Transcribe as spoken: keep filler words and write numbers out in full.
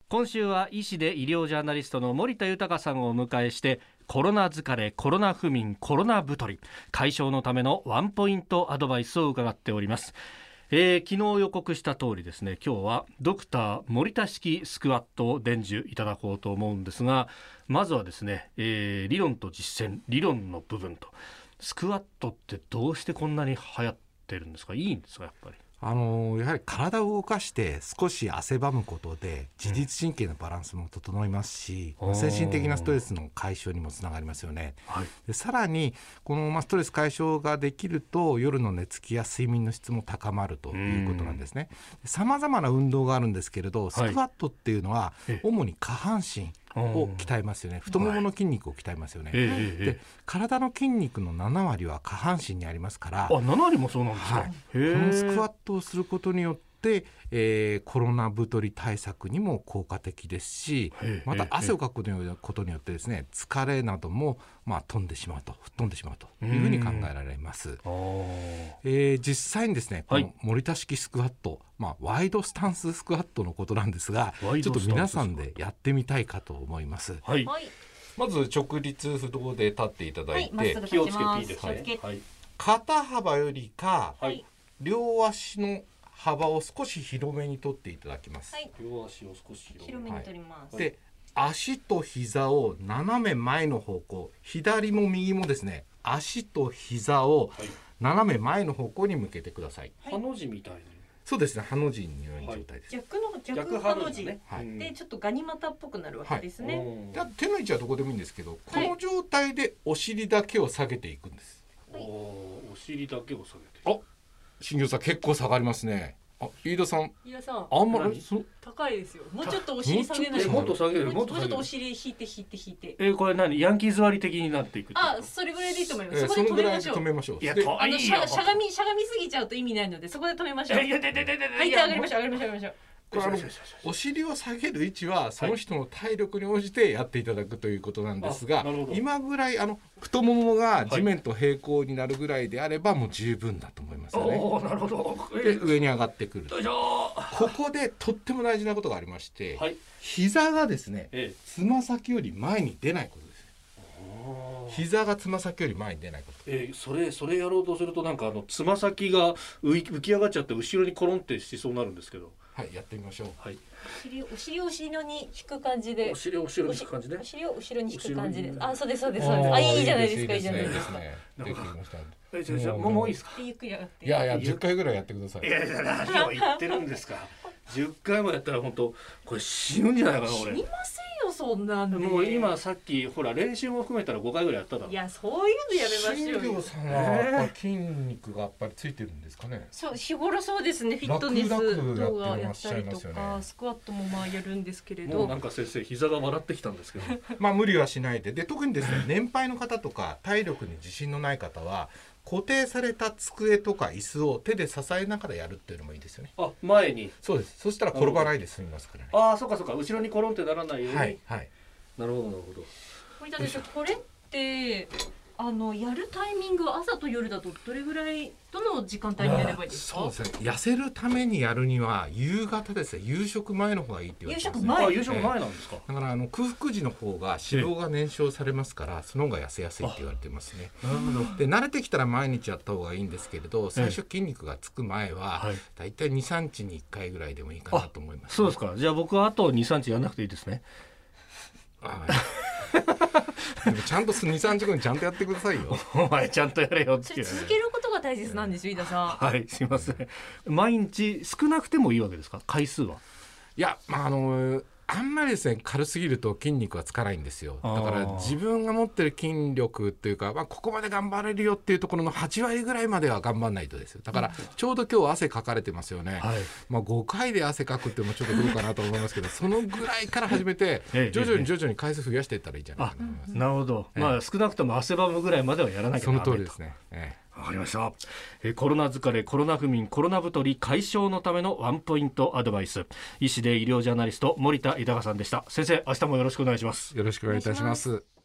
今週は医師で医療ジャーナリストの森田豊さんをお迎えして、コロナ疲れ、コロナ不眠、コロナ太り解消のためのワンポイントアドバイスを伺っております。えー、昨日予告した通りですね、今日はドクター森田式スクワットを伝授いただこうと思うんですが、まずはですね、えー、理論と実践、理論の部分と、スクワットってどうしてこんなに流行ってるんですか？いいんですか？やっぱりあのやはり体を動かして少し汗ばむことで自律神経のバランスも整いますし、うん、精神的なストレスの解消にもつながりますよね、はい、でさらにこの、まあ、ストレス解消ができると夜の寝つきや睡眠の質も高まるということなんですね。さまざまな運動があるんですけれど、スクワットっていうのは主に下半身を鍛えますよね。太ももの筋肉を鍛えますよね、はい、で体の筋肉のななわりは下半身にありますから、 あ、ななわりもそうなんですか、はい、 このスクワットをすることによって、えー、コロナ太り対策にも効果的ですし、また汗をかくことによってですね、疲れなども、まあ、飛んでしまうと吹っ飛んでしまうというふうに考えられます。えー、実際にですね、この森田式スクワット、まあ、ワイドスタンススクワットのことなんですが、ちょっと皆さんでやってみたいかと思います。 はい、 まず直立不動で立っていただいて、はい、 気をつけていいですね、はい、 肩幅よりか、はい、両足の幅を少し広めに取っていただきます、はい、 両足を少し広めに取ります、 はい、で足と膝を斜め前の方向、左も右もですね、足と膝を斜め前の方向に向けてください、 はい、ハの字みたいに。 そうですね、ハの字のような状態です、 はい、逆の逆ハの字、ね、はい、でちょっとガニ股っぽくなるわけですね、 はい、手の位置はどこでもいいんですけど、この状態でお尻だけを下げていくんです、 はい、お, お尻だけを下げて、 あ、新庄さん結構下がりますね。あ、飯田さん、 飯田さん、 あんまり高いですよ。もうちょっとお尻下げないと。 もっと下げる、 もうちょっとお尻引いて引いて引いて。 えー、これ何、ヤンキー座り的になっていくって。 あ、それぐらいでいいと思います。 えー、 そこで止めましょう。 止めましょう。 いや、 あのしゃしゃがみしゃがみすぎちゃうと意味ないので、そこで止めましょう。 いやででででで、 はい、上がりましょう上がりましょう上がりましょう。 これあのお尻を下げる位置はその人の体力に応じてやっていただくということなんですが、はい、今ぐらいあの太ももが地面と平行になるぐらいであればもう十分だと思いますよね。 おー、なるほど。 で上に上がってくる。 よいしょ。 ここでとっても大事なことがありまして、はい、膝がですね、ええ、つま先より前に出ないことです。膝がつま先より前に出ないこと、 えー、それそれやろうとするとなんかあのつま先が浮き上がっちゃって後ろにコロンってしそうになるんですけど、 はい、やってみましょう。 はい、 お尻お尻を後ろに引く感じで、 お尻を後ろに引く感じね、 お尻を後ろに引く感じで、あ、そうですそうですそうです、あ、いいじゃないですか、いいじゃないですか。 できました。 え、じゃじゃもうもういいですか。 ゆっくり上がって。 いやいや、じゅっかいぐらいやってください。 いやいや、何を言ってるんですか。じゅっかいもやったら本当これ死ぬんじゃないかな俺。 死にませんよそんなんで。 もう今さっきほら練習も含めたらごかいぐらいやっただろ。 いや、そういうのやめましょうよ。 新庄さんはやっぱり筋肉がやっぱりついてるんですかね。 そう、日頃そうですね、フィットネス動画やったりとか、 ね、 スクワットもまあやるんですけれど、 もうなんか先生膝が笑ってきたんですけどまあ無理はしないで、で特にですね年配の方とか体力に自信のない方は固定された机とか椅子を手で支えながらやるっていうのもいいですよね。 あ、前に。 そうです。そしたら転ばないで済みますからね。 ああ、そうかそうか、後ろにコロンってならないように。 はいはい。 なるほどなるほど。 森田先生、これってあのやるタイミングは朝と夜だとどれぐらい、どの時間帯にやればいいですか？ そうですね、痩せるためにやるには夕方ですね、夕食前の方がいいって言われてます、ね、 夕食前、 あ、夕食前なんですか。 だからあの空腹時の方が脂肪が燃焼されますから、その方が痩せやすいって言われてますね。なるほど。で慣れてきたら毎日やった方がいいんですけれど、最初筋肉がつく前はだいたいに、さんにちにいっかいぐらいでもいいかなと思います、ね、 そうですか。じゃあ僕はあとに、さんにちやらなくていいですね。 あでもちゃんとに、さんにちごにちゃんとやってくださいよ。 お前ちゃんとやれよって。 続けることが大切なんですよ、飯田さん。 はい、すいません。毎日少なくてもいいわけですか？回数は。 いや、まああのあんまりですね軽すぎると筋肉はつかないんですよ。だから自分が持ってる筋力っていうか、まあ、ここまで頑張れるよっていうところのはちわりぐらいまでは頑張らないとですよ。だからちょうど今日汗かかれてますよね、はい、まあ、ごかいで汗かくってもちょっとどうかなと思いますけどそのぐらいから始めて徐々に徐々に回数増やしていったらいいんじゃないかなと思います。 なるほど、ええ、まあ、少なくとも汗ばむぐらいまではやらなきゃならないと。 その通りですね、ええ、 わかりました。えコロナ疲れ、コロナ不眠、コロナ太り解消のためのワンポイントアドバイス、医師で医療ジャーナリスト森田豊さんでした。先生、明日もよろしくお願いします。 よろしくお願いいたします。